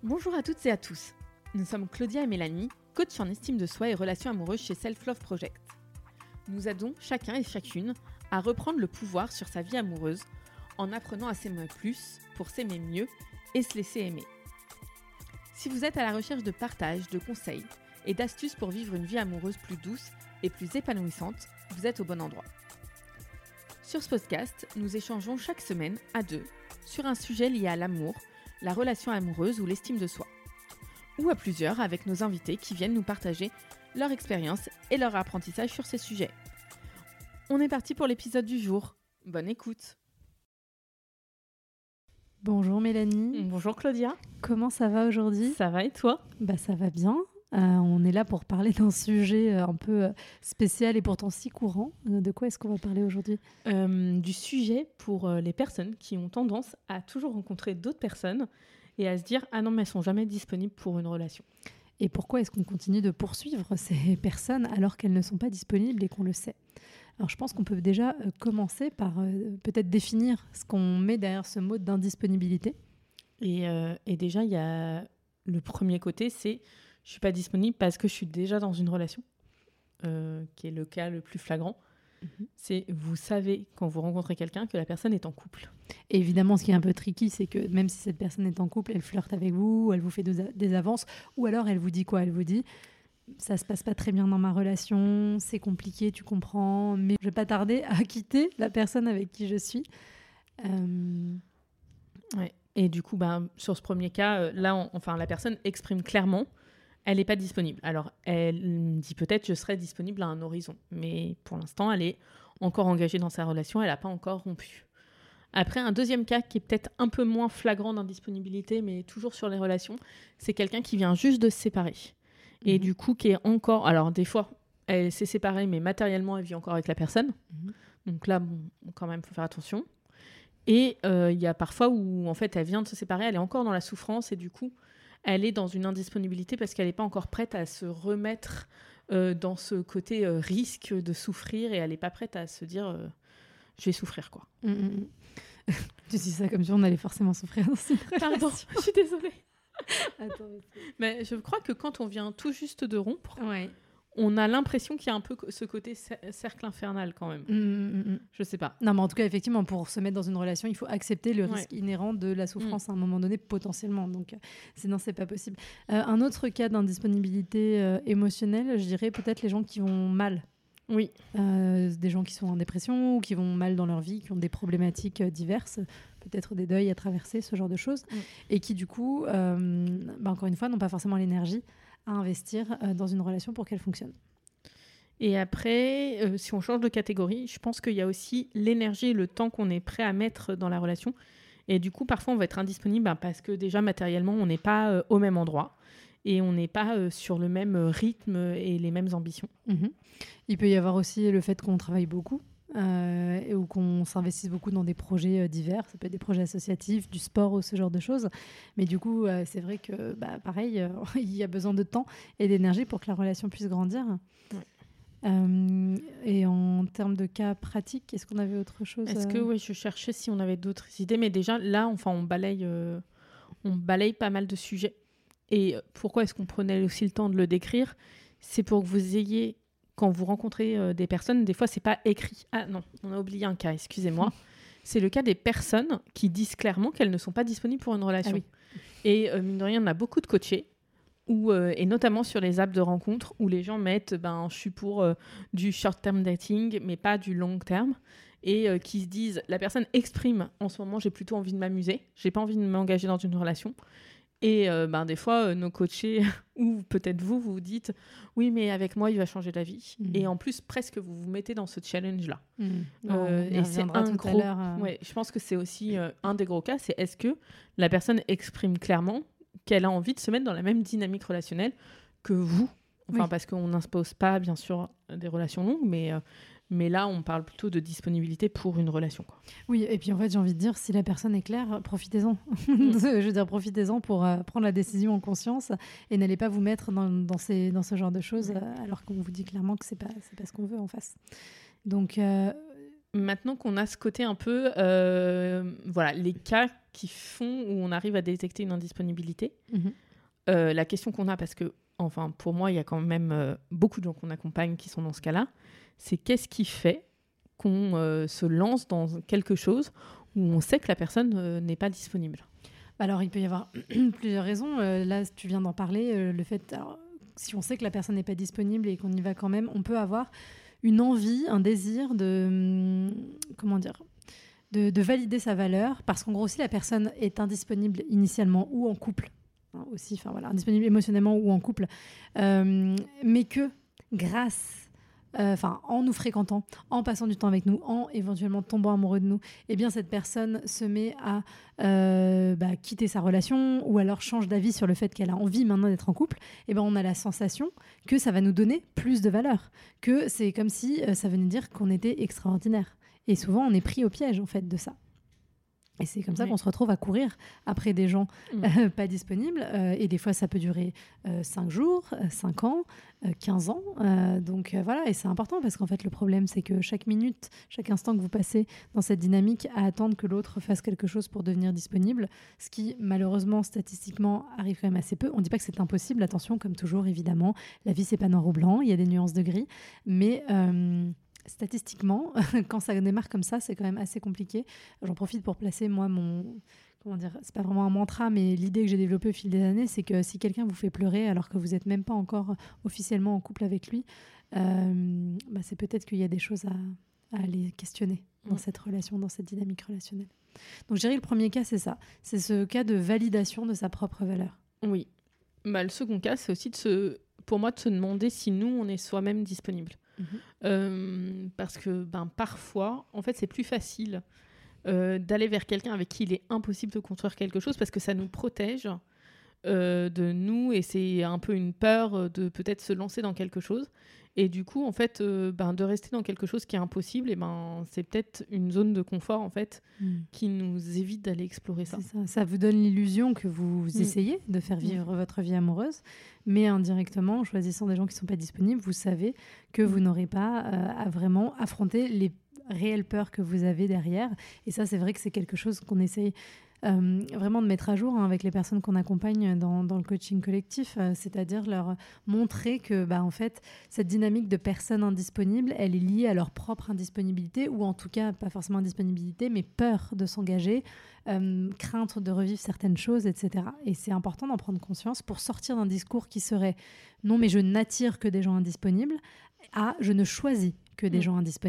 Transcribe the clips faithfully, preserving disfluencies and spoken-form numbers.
Bonjour à toutes et à tous. Nous sommes Claudia et Mélanie, coach en estime de soi et relations amoureuses chez Self Love Project. Nous aidons chacun et chacune à reprendre le pouvoir sur sa vie amoureuse en apprenant à s'aimer plus pour s'aimer mieux et se laisser aimer. Si vous êtes à la recherche de partage, de conseils et d'astuces pour vivre une vie amoureuse plus douce et plus épanouissante, vous êtes au bon endroit. Sur ce podcast, nous échangeons chaque semaine à deux sur un sujet lié à l'amour, la relation amoureuse ou l'estime de soi. Ou à plusieurs avec nos invités qui viennent nous partager leur expérience et leur apprentissage sur ces sujets. On est parti pour l'épisode du jour. Bonne écoute. Bonjour Mélanie. Bonjour Claudia. Comment ça va aujourd'hui ? Ça va et toi ? Bah ça va bien. Euh, on est là pour parler d'un sujet un peu spécial et pourtant si courant. De quoi est-ce qu'on va parler aujourd'hui ? euh, Du sujet pour les personnes qui ont tendance à toujours rencontrer d'autres personnes et à se dire « Ah non, mais elles ne sont jamais disponibles pour une relation ». Et pourquoi est-ce qu'on continue de poursuivre ces personnes alors qu'elles ne sont pas disponibles et qu'on le sait ? Alors je pense qu'on peut déjà commencer par euh, peut-être définir ce qu'on met derrière ce mot d'indisponibilité. Et, euh, et déjà, il y a le premier côté, c'est je ne suis pas disponible parce que je suis déjà dans une relation, euh, qui est le cas le plus flagrant. Mm-hmm. C'est vous savez quand vous rencontrez quelqu'un que la personne est en couple. Et évidemment, ce qui est un peu tricky, c'est que même si cette personne est en couple, elle flirte avec vous, elle vous fait des, des avances, ou alors elle vous dit quoi ? Elle vous dit « ça se passe pas très bien dans ma relation, c'est compliqué, tu comprends, mais je vais pas tarder à quitter la personne avec qui je suis. Euh... » Ouais. Et du coup, bah, sur ce premier cas, euh, là, on, enfin, la personne exprime clairement elle n'est pas disponible. Alors, elle dit peut-être « je serai disponible à un horizon ». Mais pour l'instant, elle est encore engagée dans sa relation, elle n'a pas encore rompu. Après, un deuxième cas qui est peut-être un peu moins flagrant d'indisponibilité, mais toujours sur les relations, c'est quelqu'un qui vient juste de se séparer. Mmh. Et du coup, qui est encore... Alors, des fois, elle s'est séparée, mais matériellement, elle vit encore avec la personne. Mmh. Donc là, bon, quand même, il faut faire attention. Et il euh, y a parfois où, en fait, elle vient de se séparer, elle est encore dans la souffrance, et du coup... elle est dans une indisponibilité parce qu'elle n'est pas encore prête à se remettre euh, dans ce côté euh, risque de souffrir et elle n'est pas prête à se dire euh, je vais souffrir quoi. Mmh. Tu dis ça comme si on allait forcément souffrir dans cette relation. Pardon, je suis désolée. Attends, mais... mais je crois que quand on vient tout juste de rompre, ouais. on a l'impression qu'il y a un peu ce côté cercle infernal quand même. Mmh, mmh. Je sais pas. Non, mais en tout cas, effectivement, pour se mettre dans une relation, il faut accepter le risque ouais. inhérent de la souffrance mmh. à un moment donné, potentiellement. Donc, sinon, c'est pas possible. Euh, un autre cas d'indisponibilité euh, émotionnelle, je dirais peut-être les gens qui vont mal. Oui. Euh, des gens qui sont en dépression ou qui vont mal dans leur vie, qui ont des problématiques euh, diverses, peut-être des deuils à traverser, ce genre de choses, mmh. et qui, du coup, euh, bah, encore une fois, n'ont pas forcément l'énergie à investir euh, dans une relation pour qu'elle fonctionne. Et après, euh, si on change de catégorie, je pense qu'il y a aussi l'énergie et le temps qu'on est prêt à mettre dans la relation. Et du coup, parfois, on va être indisponible bah, parce que déjà, matériellement, on n'est pas euh, au même endroit et on n'est pas euh, sur le même rythme et les mêmes ambitions. Mmh. Il peut y avoir aussi le fait qu'on travaille beaucoup euh, et, ou qu'on s'investisse beaucoup dans des projets euh, divers. Ça peut être des projets associatifs, du sport ou ce genre de choses. Mais du coup, euh, c'est vrai que, bah, pareil, euh, il y a besoin de temps et d'énergie pour que la relation puisse grandir. Ouais. Euh, et en termes de cas pratiques, est-ce qu'on avait autre chose ? Est-ce que, oui, je cherchais si on avait d'autres idées, mais déjà, là, enfin, on balaye, euh, on balaye pas mal de sujets. Et pourquoi est-ce qu'on prenait aussi le temps de le décrire ? C'est pour que vous ayez, quand vous rencontrez euh, des personnes, des fois, c'est pas écrit. Ah non, on a oublié un cas, excusez-moi. C'est le cas des personnes qui disent clairement qu'elles ne sont pas disponibles pour une relation. Ah oui. Et euh, mine de rien, on a beaucoup de coachés. Où, euh, et notamment sur les apps de rencontres où les gens mettent ben, je suis pour euh, du short-term dating mais pas du long-term et euh, qui se disent la personne exprime en ce moment j'ai plutôt envie de m'amuser, j'ai pas envie de m'engager dans une relation et euh, ben, des fois euh, nos coachés ou peut-être vous vous dites oui mais avec moi il va changer la vie mmh. et en plus presque vous vous mettez dans ce challenge là mmh. euh, et c'est un gros euh... ouais, je pense que c'est aussi euh, un des gros cas, c'est est-ce que la personne exprime clairement qu'elle a envie de se mettre dans la même dynamique relationnelle que vous. Enfin, oui. Parce qu'on n'impose pas, bien sûr, des relations longues, mais, euh, mais là, on parle plutôt de disponibilité pour une relation, quoi. Oui, et puis en fait, j'ai envie de dire, si la personne est claire, profitez-en. Mm. Je veux dire, profitez-en pour euh, prendre la décision en conscience et n'allez pas vous mettre dans, dans, ces, dans ce genre de choses mm. euh, alors qu'on vous dit clairement que c'est pas, c'est pas ce qu'on veut en face. Donc... Euh... Maintenant qu'on a ce côté un peu... Euh, voilà, les cas qui font où on arrive à détecter une indisponibilité. Mhm. Euh, la question qu'on a, parce que, enfin, pour moi, il y a quand même euh, beaucoup de gens qu'on accompagne qui sont dans ce cas-là, c'est qu'est-ce qui fait qu'on euh, se lance dans quelque chose où on sait que la personne euh, n'est pas disponible. Alors, il peut y avoir plusieurs raisons. Euh, là, tu viens d'en parler. Euh, le fait, alors, si on sait que la personne n'est pas disponible et qu'on y va quand même, on peut avoir une envie, un désir de, hum, comment dire, de, de valider sa valeur, parce qu'en gros, si la personne est indisponible initialement ou en couple, hein, aussi, enfin voilà, indisponible émotionnellement ou en couple, euh, mais que grâce Enfin, euh, en nous fréquentant, en passant du temps avec nous, en éventuellement tombant amoureux de nous, eh bien cette personne se met à euh, bah, quitter sa relation ou alors change d'avis sur le fait qu'elle a envie maintenant d'être en couple. Eh ben on a la sensation que ça va nous donner plus de valeur, que c'est comme si euh, ça venait dire qu'on était extraordinaire. Et souvent, on est pris au piège en fait de ça. Et c'est comme ça oui. qu'on se retrouve à courir après des gens mmh. euh, pas disponibles. Euh, et des fois, ça peut durer euh, cinq jours, cinq ans, euh, quinze ans. Euh, donc euh, voilà, et c'est important parce qu'en fait, le problème, c'est que chaque minute, chaque instant que vous passez dans cette dynamique à attendre que l'autre fasse quelque chose pour devenir disponible, ce qui, malheureusement, statistiquement, arrive quand même assez peu. On ne dit pas que c'est impossible, attention, comme toujours, évidemment. La vie, c'est pas noir ou blanc, il y a des nuances de gris. Mais... Euh, statistiquement, quand ça démarre comme ça, c'est quand même assez compliqué. J'en profite pour placer, moi, mon... Comment dire, c'est pas vraiment un mantra, mais l'idée que j'ai développée au fil des années, c'est que si quelqu'un vous fait pleurer alors que vous n'êtes même pas encore officiellement en couple avec lui, euh, bah c'est peut-être qu'il y a des choses à, à aller questionner dans mmh. cette relation, dans cette dynamique relationnelle. Donc, je dirais le premier cas, c'est ça. C'est ce cas de validation de sa propre valeur. Oui. Bah, le second cas, c'est aussi, de se... pour moi, de se demander si nous, on est soi-même disponible. Mmh. Euh, parce que ben, parfois, en fait, c'est plus facile euh, d'aller vers quelqu'un avec qui il est impossible de construire quelque chose parce que ça nous protège euh, de nous et c'est un peu une peur de peut-être se lancer dans quelque chose. Et du coup, en fait, euh, ben, de rester dans quelque chose qui est impossible, et ben, c'est peut-être une zone de confort en fait, mmh. qui nous évite d'aller explorer ça. ça. Ça vous donne l'illusion que vous mmh. essayez de faire vivre mmh. votre vie amoureuse, mais indirectement, en choisissant des gens qui ne sont pas disponibles, vous savez que mmh. vous n'aurez pas euh, à vraiment affronter les réelles peurs que vous avez derrière. Et ça, c'est vrai que c'est quelque chose qu'on essaye Euh, vraiment de mettre à jour hein, avec les personnes qu'on accompagne dans, dans le coaching collectif, euh, c'est-à-dire leur montrer que bah, en fait, cette dynamique de personnes indisponibles, elle est liée à leur propre indisponibilité, ou en tout cas, pas forcément indisponibilité, mais peur de s'engager, euh, crainte de revivre certaines choses, et cetera. Et c'est important d'en prendre conscience pour sortir d'un discours qui serait « non, mais je n'attire que des gens indisponibles » à « je ne choisis que des mmh. gens indisponibles ».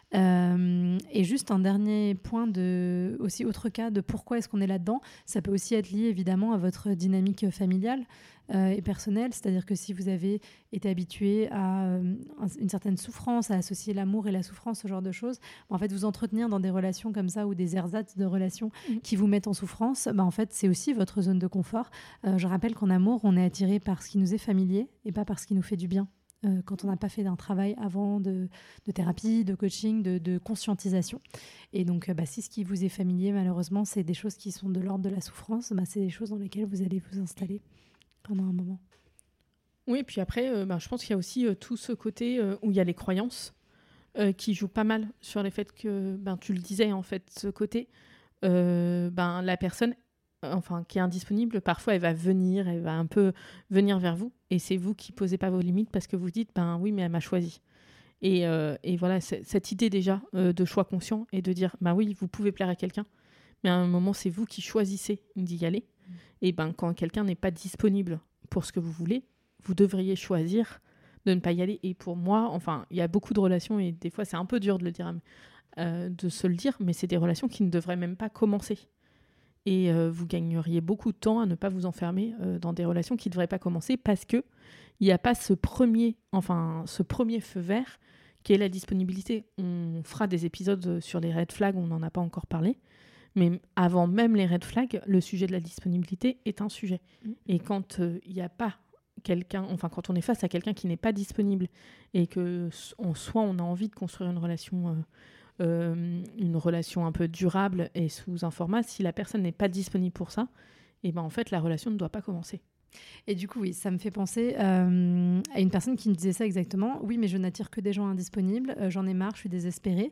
Euh, et juste un dernier point, de, aussi autre cas de pourquoi est-ce qu'on est là-dedans, ça peut aussi être lié évidemment à votre dynamique familiale euh, et personnelle, c'est-à-dire que si vous avez été habitué à euh, une certaine souffrance, à associer l'amour et la souffrance, ce genre de choses, en fait vous entretenir dans des relations comme ça ou des ersatz de relations mmh. qui vous mettent en souffrance, bah, en fait c'est aussi votre zone de confort. Euh, je rappelle qu'en amour, on est attiré par ce qui nous est familier et pas par ce qui nous fait du bien. Euh, quand on n'a pas fait d'un travail avant de, de thérapie, de coaching, de, de conscientisation. Et donc, euh, bah, si ce qui vous est familier, malheureusement, c'est des choses qui sont de l'ordre de la souffrance, bah, c'est des choses dans lesquelles vous allez vous installer pendant un moment. Oui, et puis après, euh, bah, je pense qu'il y a aussi euh, tout ce côté euh, où il y a les croyances euh, qui jouent pas mal sur les faits que, ben, tu le disais, en fait, ce côté, euh, ben, la personne enfin, qui est indisponible, parfois elle va venir, elle va un peu venir vers vous, et c'est vous qui posez pas vos limites parce que vous dites, ben oui, mais elle m'a choisi. Et, euh, et voilà, cette idée déjà euh, de choix conscient et de dire, ben oui, vous pouvez plaire à quelqu'un, mais à un moment, c'est vous qui choisissez d'y aller. Mmh. Et ben quand quelqu'un n'est pas disponible pour ce que vous voulez, vous devriez choisir de ne pas y aller. Et pour moi, enfin, il y a beaucoup de relations, et des fois, c'est un peu dur de le dire, euh, de se le dire, mais c'est des relations qui ne devraient même pas commencer. Et euh, vous gagneriez beaucoup de temps à ne pas vous enfermer euh, dans des relations qui ne devraient pas commencer parce qu'il n'y a pas ce premier, enfin, ce premier feu vert qui est la disponibilité. On fera des épisodes sur les red flags, on n'en a pas encore parlé. Mais avant même les red flags, le sujet de la disponibilité est un sujet. Mmh. Et quand il euh, n'y a pas quelqu'un, enfin quand on est face à quelqu'un qui n'est pas disponible et que en soi on a envie de construire une relation... Euh, Euh, une relation un peu durable et sous un format, si la personne n'est pas disponible pour ça, et ben en fait la relation ne doit pas commencer. Et du coup, oui, ça me fait penser euh, à une personne qui me disait ça exactement. Oui, mais je n'attire que des gens indisponibles, euh, j'en ai marre, je suis désespérée.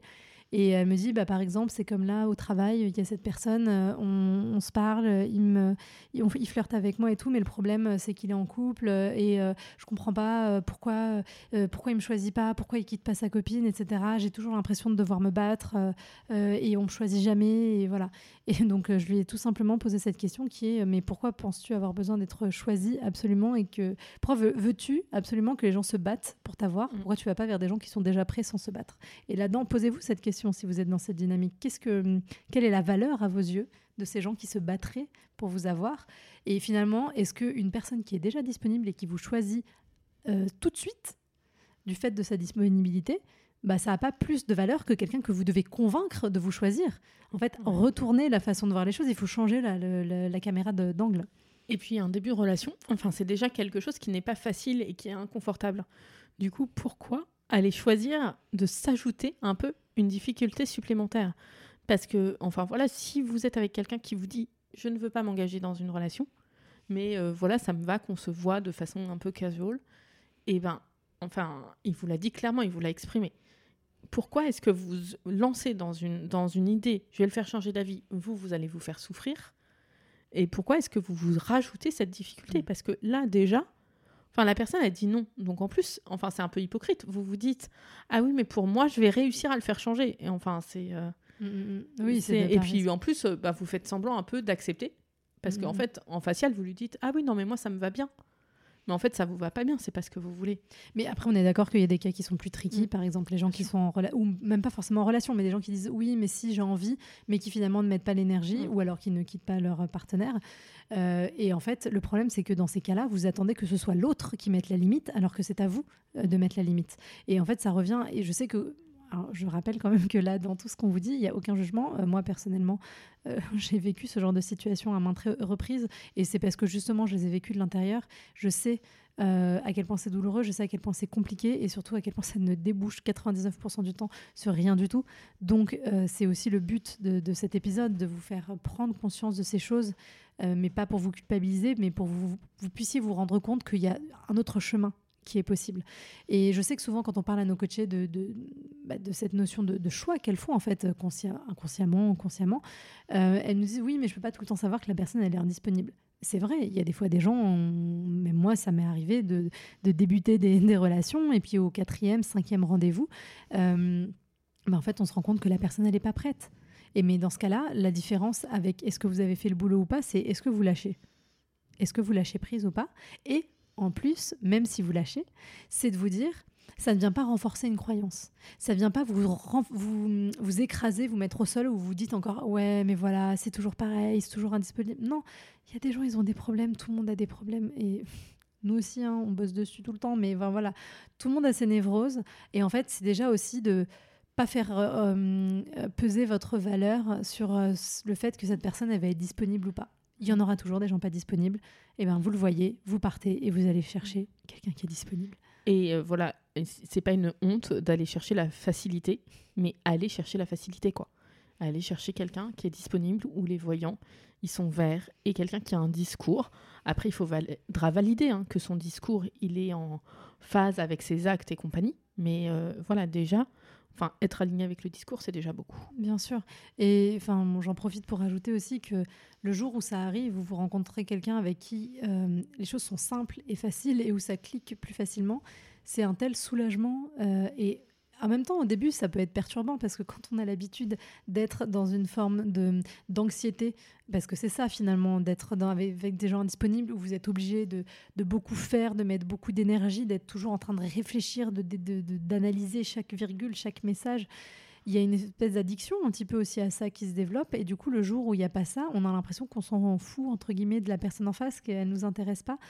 Et elle me dit, bah, par exemple, c'est comme là, au travail, il y a cette personne, euh, on, on se parle, il, me, il, on- il flirte avec moi et tout, mais le problème, c'est qu'il est en couple euh, et euh, je comprends pas euh, pourquoi, euh, pourquoi il me choisit pas, pourquoi il quitte pas sa copine, et cetera. J'ai toujours l'impression de devoir me battre euh, euh, et on me choisit jamais, et voilà. Et donc, euh, je lui ai tout simplement posé cette question qui est, mais pourquoi penses-tu avoir besoin d'être choisi absolument et que, pourquoi veux- veux-tu absolument que les gens se battent pour t'avoir? Mm. Pourquoi tu vas pas vers des gens qui sont déjà prêts sans se battre? Et là-dedans, posez-vous cette question si vous êtes dans cette dynamique. Qu'est-ce que, quelle est la valeur à vos yeux de ces gens qui se battraient pour vous avoir? Et finalement, est-ce qu'une personne qui est déjà disponible et qui vous choisit euh, tout de suite, du fait de sa disponibilité, bah, ça n'a pas plus de valeur que quelqu'un que vous devez convaincre de vous choisir? En fait, Ouais. retournez la façon de voir les choses, il faut changer la, la, la, la caméra de, d'angle. Et puis un début de relation, enfin c'est déjà quelque chose qui n'est pas facile et qui est inconfortable. Du coup, pourquoi aller choisir de s'ajouter un peu une difficulté supplémentaire? Parce que, enfin voilà, si vous êtes avec quelqu'un qui vous dit « je ne veux pas m'engager dans une relation, mais euh, voilà, ça me va qu'on se voit de façon un peu casual », et ben, enfin, il vous l'a dit clairement, il vous l'a exprimé. Pourquoi est-ce que vous lancez dans une, dans une idée « je vais le faire changer d'avis », vous, vous allez vous faire souffrir? Et pourquoi est-ce que vous vous rajoutez cette difficulté? Parce que là, déjà, enfin, la personne a dit non. Donc, en plus, enfin, c'est un peu hypocrite. Vous vous dites, ah oui, mais pour moi, je vais réussir à le faire changer. Et enfin, c'est... Euh, Mmh, mmh. Oui, c'est, c'est... c'est Et puis, en plus, euh, bah, vous faites semblant un peu d'accepter. Parce mmh. qu'en fait, en facial, vous lui dites, ah oui, non, mais moi, ça me va bien. Mais en fait, ça vous va pas bien, c'est pas ce que vous voulez. Mais après, on est d'accord qu'il y a des cas qui sont plus tricky, Mm. par exemple les gens Bien qui sûr. sont en relation, ou même pas forcément en relation, mais des gens qui disent oui, mais si j'ai envie, mais qui finalement ne mettent pas l'énergie, Mm. ou alors qui ne quittent pas leur partenaire. Euh, et en fait, le problème, c'est que dans ces cas-là, vous attendez que ce soit l'autre qui mette la limite, alors que c'est à vous euh, de mettre la limite. Et en fait, ça revient, et je sais que... Alors, je rappelle quand même que là, dans tout ce qu'on vous dit, il n'y a aucun jugement. Euh, moi, personnellement, euh, j'ai vécu ce genre de situation à maintes reprises. Et c'est parce que justement, je les ai vécues de l'intérieur. Je sais euh, à quel point c'est douloureux, je sais à quel point c'est compliqué et surtout à quel point ça ne débouche quatre-vingt-dix-neuf pour cent du temps sur rien du tout. Donc, euh, c'est aussi le but de, de cet épisode, de vous faire prendre conscience de ces choses, euh, mais pas pour vous culpabiliser, mais pour que vous, vous puissiez vous rendre compte qu'il y a un autre chemin qui est possible. Et je sais que souvent, quand on parle à nos coachés de, de, bah, de cette notion de, de choix qu'elles font, en fait, conscient, inconsciemment, consciemment, euh, elles nous disent « Oui, mais je ne peux pas tout le temps savoir que la personne, elle est indisponible ». C'est vrai, il y a des fois des gens, on... même moi, ça m'est arrivé de, de débuter des, des relations, et puis au quatrième, cinquième rendez-vous, euh, bah, en fait, on se rend compte que la personne, elle n'est pas prête. Et mais dans ce cas-là, la différence avec est-ce que vous avez fait le boulot ou pas, c'est est-ce que vous lâchez ? Est-ce que vous lâchez prise ou pas ? Et en plus, même si vous lâchez, c'est de vous dire, ça ne vient pas renforcer une croyance. Ça ne vient pas vous, vous, vous écraser, vous mettre au sol où vous vous dites encore, ouais, mais voilà, c'est toujours pareil, c'est toujours indisponible. Non, il y a des gens, ils ont des problèmes, tout le monde a des problèmes. Et nous aussi, hein, on bosse dessus tout le temps, mais ben, voilà, tout le monde a ses névroses. Et en fait, c'est déjà aussi de pas faire euh, peser votre valeur sur euh, le fait que cette personne, elle va être disponible ou pas. Il y en aura toujours des gens pas disponibles. Et ben vous le voyez, vous partez et vous allez chercher quelqu'un qui est disponible. Et euh, voilà, c'est pas une honte d'aller chercher la facilité, mais aller chercher la facilité, quoi. Aller chercher quelqu'un qui est disponible, où les voyants, ils sont verts, et quelqu'un qui a un discours. Après, il faudra valider hein, que son discours, il est en phase avec ses actes et compagnie. Mais euh, voilà, déjà... Enfin, être aligné avec le discours, c'est déjà beaucoup. Bien sûr. Et enfin, bon, j'en profite pour ajouter aussi que le jour où ça arrive, où vous rencontrez quelqu'un avec qui euh, les choses sont simples et faciles et où ça clique plus facilement, c'est un tel soulagement. Euh, et en même temps, au début, ça peut être perturbant parce que quand on a l'habitude d'être dans une forme de, d'anxiété, parce que c'est ça finalement, d'être dans, avec, avec des gens disponibles où vous êtes obligé de, de beaucoup faire, de mettre beaucoup d'énergie, d'être toujours en train de réfléchir, de, de, de, de, d'analyser chaque virgule, chaque message. Il y a une espèce d'addiction un petit peu aussi à ça qui se développe. Et du coup, le jour où il n'y a pas ça, on a l'impression qu'on s'en fout, entre guillemets, de la personne en face, qu'elle ne nous intéresse pas.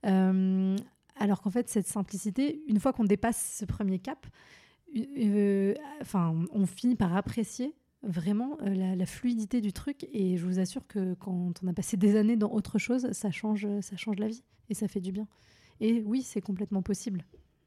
Euh, alors qu'en fait, cette simplicité, une fois qu'on dépasse ce premier cap, Euh, enfin, on finit par apprécier vraiment euh, la, la fluidité du truc et je vous assure que quand on a passé des années dans autre chose, ça change, ça change la vie et ça fait du bien. Et oui, c'est complètement possible.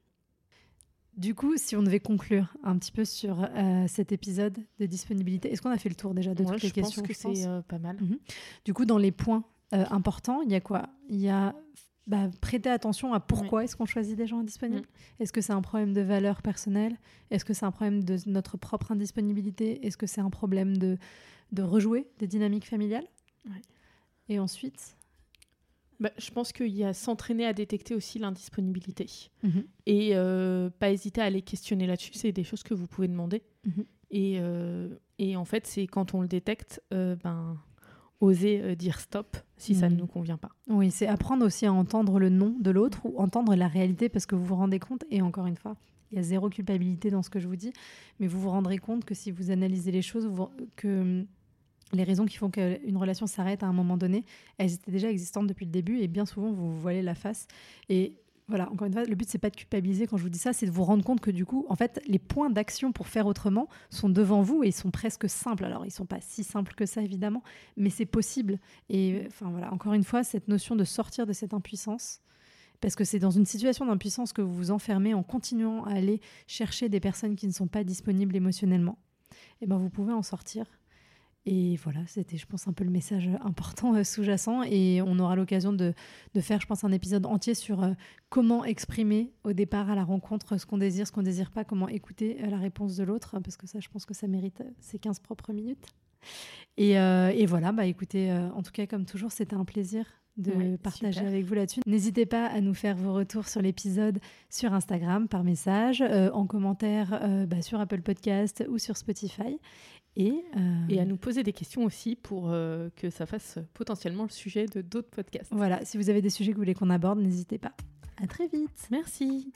Du coup, si on devait conclure un petit peu sur euh, cet épisode de disponibilité, est-ce qu'on a fait le tour déjà de Moi, toutes les je questions? pense que je pense c'est euh, pas mal. Mm-hmm. Du coup, dans les points euh, importants, il y a quoi? Il y a bah, prêter attention à pourquoi Oui. est-ce qu'on choisit des gens indisponibles. Mm. Est-ce que c'est un problème de valeur personnelle? Est-ce que c'est un problème de notre propre indisponibilité? Est-ce que c'est un problème de, de rejouer des dynamiques familiales? Ouais. Et ensuite Bah, je pense qu'il y a s'entraîner à détecter aussi l'indisponibilité. mm-hmm. Et euh, pas hésiter à aller questionner là-dessus. C'est des choses que vous pouvez demander. Mm-hmm. Et, euh, et en fait, c'est quand on le détecte, euh, ben, oser euh, dire stop si mm. ça ne nous convient pas. Oui, c'est apprendre aussi à entendre le non de l'autre ou entendre la réalité parce que vous vous rendez compte, et encore une fois, il y a zéro culpabilité dans ce que je vous dis, mais vous vous rendrez compte que si vous analysez les choses, vous, que les raisons qui font qu'une relation s'arrête à un moment donné, elles étaient déjà existantes depuis le début et bien souvent, vous vous voilez la face. Et voilà, encore une fois, le but, c'est pas de culpabiliser quand je vous dis ça, c'est de vous rendre compte que du coup, en fait, les points d'action pour faire autrement sont devant vous et ils sont presque simples. Alors, ils sont pas si simples que ça, évidemment, mais c'est possible. Et enfin, voilà, encore une fois, cette notion de sortir de cette impuissance, parce que c'est dans une situation d'impuissance que vous vous enfermez en continuant à aller chercher des personnes qui ne sont pas disponibles émotionnellement. Et ben, vous pouvez en sortir. Et voilà, c'était, je pense, un peu le message important euh, sous-jacent. Et on aura l'occasion de, de faire, je pense, un épisode entier sur euh, comment exprimer au départ à la rencontre ce qu'on désire, ce qu'on ne désire pas, comment écouter euh, la réponse de l'autre, parce que ça, je pense que ça mérite euh, ces quinze propres minutes. Et, euh, et voilà, bah, écoutez, euh, en tout cas, comme toujours, c'était un plaisir de ouais, partager super. avec vous là-dessus. N'hésitez pas à nous faire vos retours sur l'épisode sur Instagram, par message, euh, en commentaire euh, bah, sur Apple Podcast ou sur Spotify. Et, euh... et à nous poser des questions aussi pour euh, que ça fasse potentiellement le sujet de d'autres podcasts. Voilà, si vous avez des sujets que vous voulez qu'on aborde, n'hésitez pas. À très vite. Merci.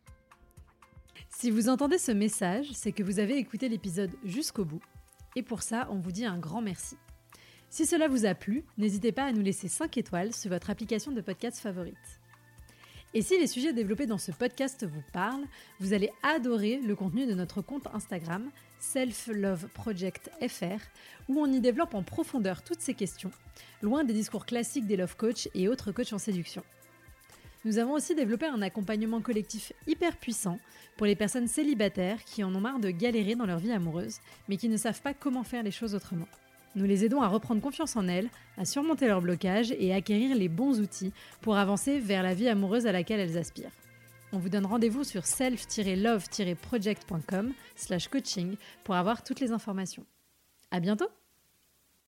Si vous entendez ce message, c'est que vous avez écouté l'épisode jusqu'au bout. Et pour ça, on vous dit un grand merci. Si cela vous a plu, n'hésitez pas à nous laisser cinq étoiles sur votre application de podcast favorite. Et si les sujets développés dans ce podcast vous parlent, vous allez adorer le contenu de notre compte Instagram Self Love Project F R, où on y développe en profondeur toutes ces questions, loin des discours classiques des love coachs et autres coachs en séduction. Nous avons aussi développé un accompagnement collectif hyper puissant pour les personnes célibataires qui en ont marre de galérer dans leur vie amoureuse, mais qui ne savent pas comment faire les choses autrement. Nous les aidons à reprendre confiance en elles, à surmonter leurs blocages et à acquérir les bons outils pour avancer vers la vie amoureuse à laquelle elles aspirent. On vous donne rendez-vous sur self love project point com slash coaching pour avoir toutes les informations. À bientôt!